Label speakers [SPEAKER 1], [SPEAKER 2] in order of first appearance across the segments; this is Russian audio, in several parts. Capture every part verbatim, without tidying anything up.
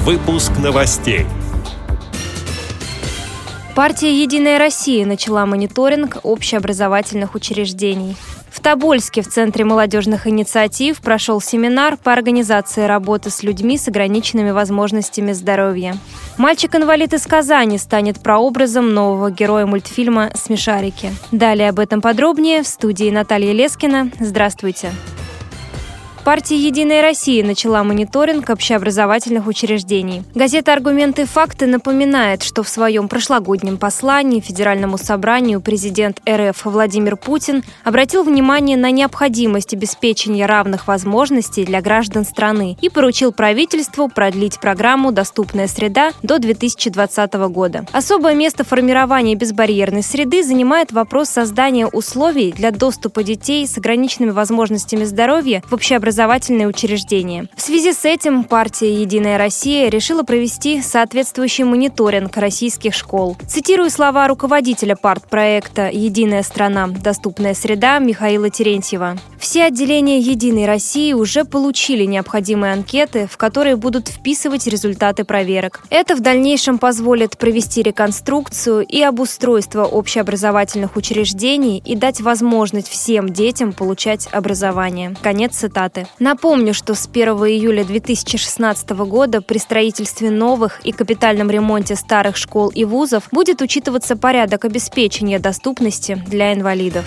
[SPEAKER 1] Выпуск новостей.
[SPEAKER 2] Партия «Единая Россия» начала мониторинг общеобразовательных учреждений. В Тобольске в Центре молодежных инициатив прошел семинар по организации работы с людьми с ограниченными возможностями здоровья. Мальчик-инвалид из Казани станет прообразом нового героя мультфильма «Смешарики». Далее об этом подробнее в студии Наталья Лескина. Здравствуйте. Партия «Единая Россия» начала мониторинг общеобразовательных учреждений. Газета «Аргументы и факты» напоминает, что в своем прошлогоднем послании Федеральному собранию президент эр эф Владимир Путин обратил внимание на необходимость обеспечения равных возможностей для граждан страны и поручил правительству продлить программу «Доступная среда» до две тысячи двадцатого года. Особое место формирования безбарьерной среды занимает вопрос создания условий для доступа детей с ограниченными возможностями здоровья в общеобразовательные образовательные учреждения. В связи с этим партия «Единая Россия» решила провести соответствующий мониторинг российских школ. Цитирую слова руководителя партпроекта «Единая страна. Доступная среда» Михаила Терентьева. Все отделения «Единой России» уже получили необходимые анкеты, в которые будут вписывать результаты проверок. Это в дальнейшем позволит провести реконструкцию и обустройство общеобразовательных учреждений и дать возможность всем детям получать образование. Конец цитаты. Напомню, что с первого июля две тысячи шестнадцатого года при строительстве новых и капитальном ремонте старых школ и вузов будет учитываться порядок обеспечения доступности для инвалидов.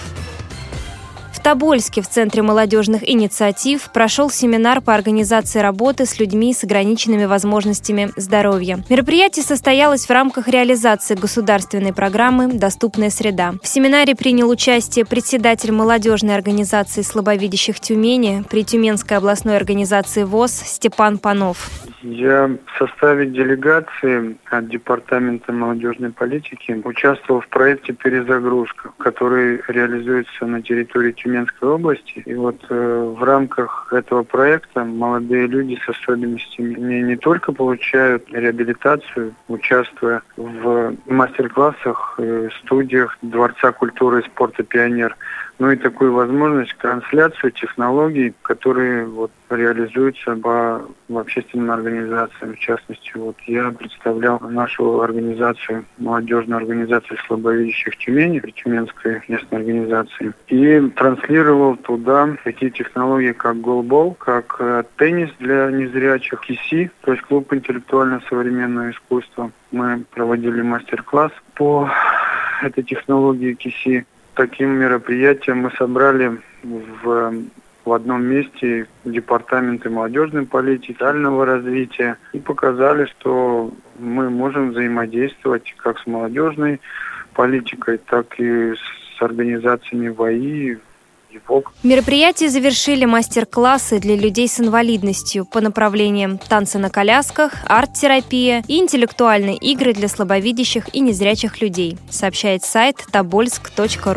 [SPEAKER 2] В Тобольске в Центре молодежных инициатив прошел семинар по организации работы с людьми с ограниченными возможностями здоровья. Мероприятие состоялось в рамках реализации государственной программы «Доступная среда». В семинаре принял участие председатель молодежной организации слабовидящих Тюмени при Тюменской областной организации ВОС Степан Панов.
[SPEAKER 3] Я в составе делегации от Департамента молодежной политики участвовал в проекте «Перезагрузка», который реализуется на территории Тюменской области. И вот э, в рамках этого проекта молодые люди с особенностями не, не только получают реабилитацию, участвуя в мастер-классах, э, студиях Дворца культуры и спорта «Пионер», но и такую возможность трансляцию технологий, которые вот реализуются по в общественным организациям. В частности, вот я представлял нашу организацию, молодежную организацию слабовидящих Тюмени, Тюменской местной организации, и транслировал туда такие технологии, как голбол, как э, теннис для незрячих, КИСИ, то есть клуб интеллектуально-современного искусства. Мы проводили мастер-класс по этой технологии КИСИ. Таким мероприятием мы собрали в, в одном месте департаменты молодежной политики, социального развития и показали, что мы можем взаимодействовать как с молодежной политикой, так и с организациями ВАИ.
[SPEAKER 2] Мероприятие завершили мастер-классы для людей с инвалидностью по направлениям танцы на колясках, арт-терапия и интеллектуальные игры для слабовидящих и незрячих людей, сообщает сайт тобольск точка ру.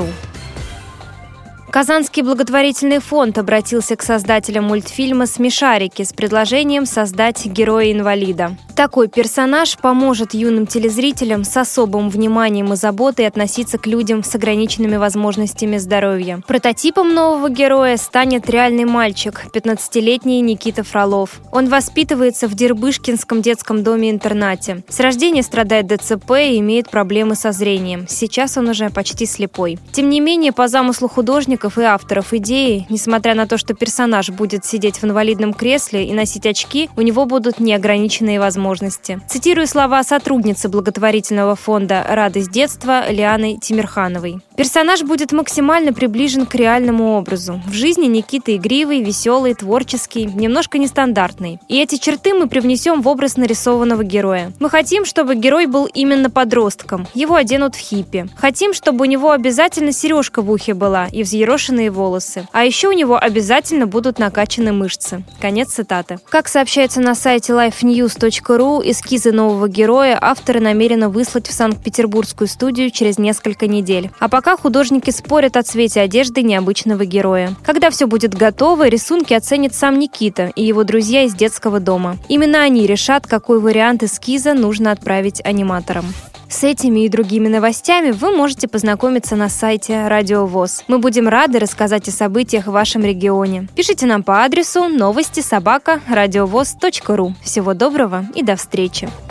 [SPEAKER 2] Казанский благотворительный фонд обратился к создателям мультфильма «Смешарики» с предложением создать героя-инвалида. Такой персонаж поможет юным телезрителям с особым вниманием и заботой относиться к людям с ограниченными возможностями здоровья. Прототипом нового героя станет реальный мальчик, пятнадцатилетний Никита Фролов. Он воспитывается в Дербышкинском детском доме-интернате. С рождения страдает дэ цэ пэ и имеет проблемы со зрением. Сейчас он уже почти слепой. Тем не менее, по замыслу художников и авторов идеи, несмотря на то, что персонаж будет сидеть в инвалидном кресле и носить очки, у него будут неограниченные возможности. Цитирую слова сотрудницы благотворительного фонда «Радость детства» Лианы Тимирхановой. Персонаж будет максимально приближен к реальному образу. В жизни Никита игривый, веселый, творческий, немножко нестандартный. И эти черты мы привнесем в образ нарисованного героя. Мы хотим, чтобы герой был именно подростком. Его оденут в хиппи. Хотим, чтобы у него обязательно сережка в ухе была и взъерошенные волосы. А еще у него обязательно будут накачаны мышцы. Конец цитаты. Как сообщается на сайте лайф ньюс точка ру, эскизы нового героя авторы намерены выслать в Санкт-Петербургскую студию через несколько недель. А пока Пока художники спорят о цвете одежды необычного героя. Когда все будет готово, рисунки оценит сам Никита и его друзья из детского дома. Именно они решат, какой вариант эскиза нужно отправить аниматорам. С этими и другими новостями вы можете познакомиться на сайте Радио ВОС. Мы будем рады рассказать о событиях в вашем регионе. Пишите нам по адресу новости собака радиовоз точка ру. Всего доброго и до встречи!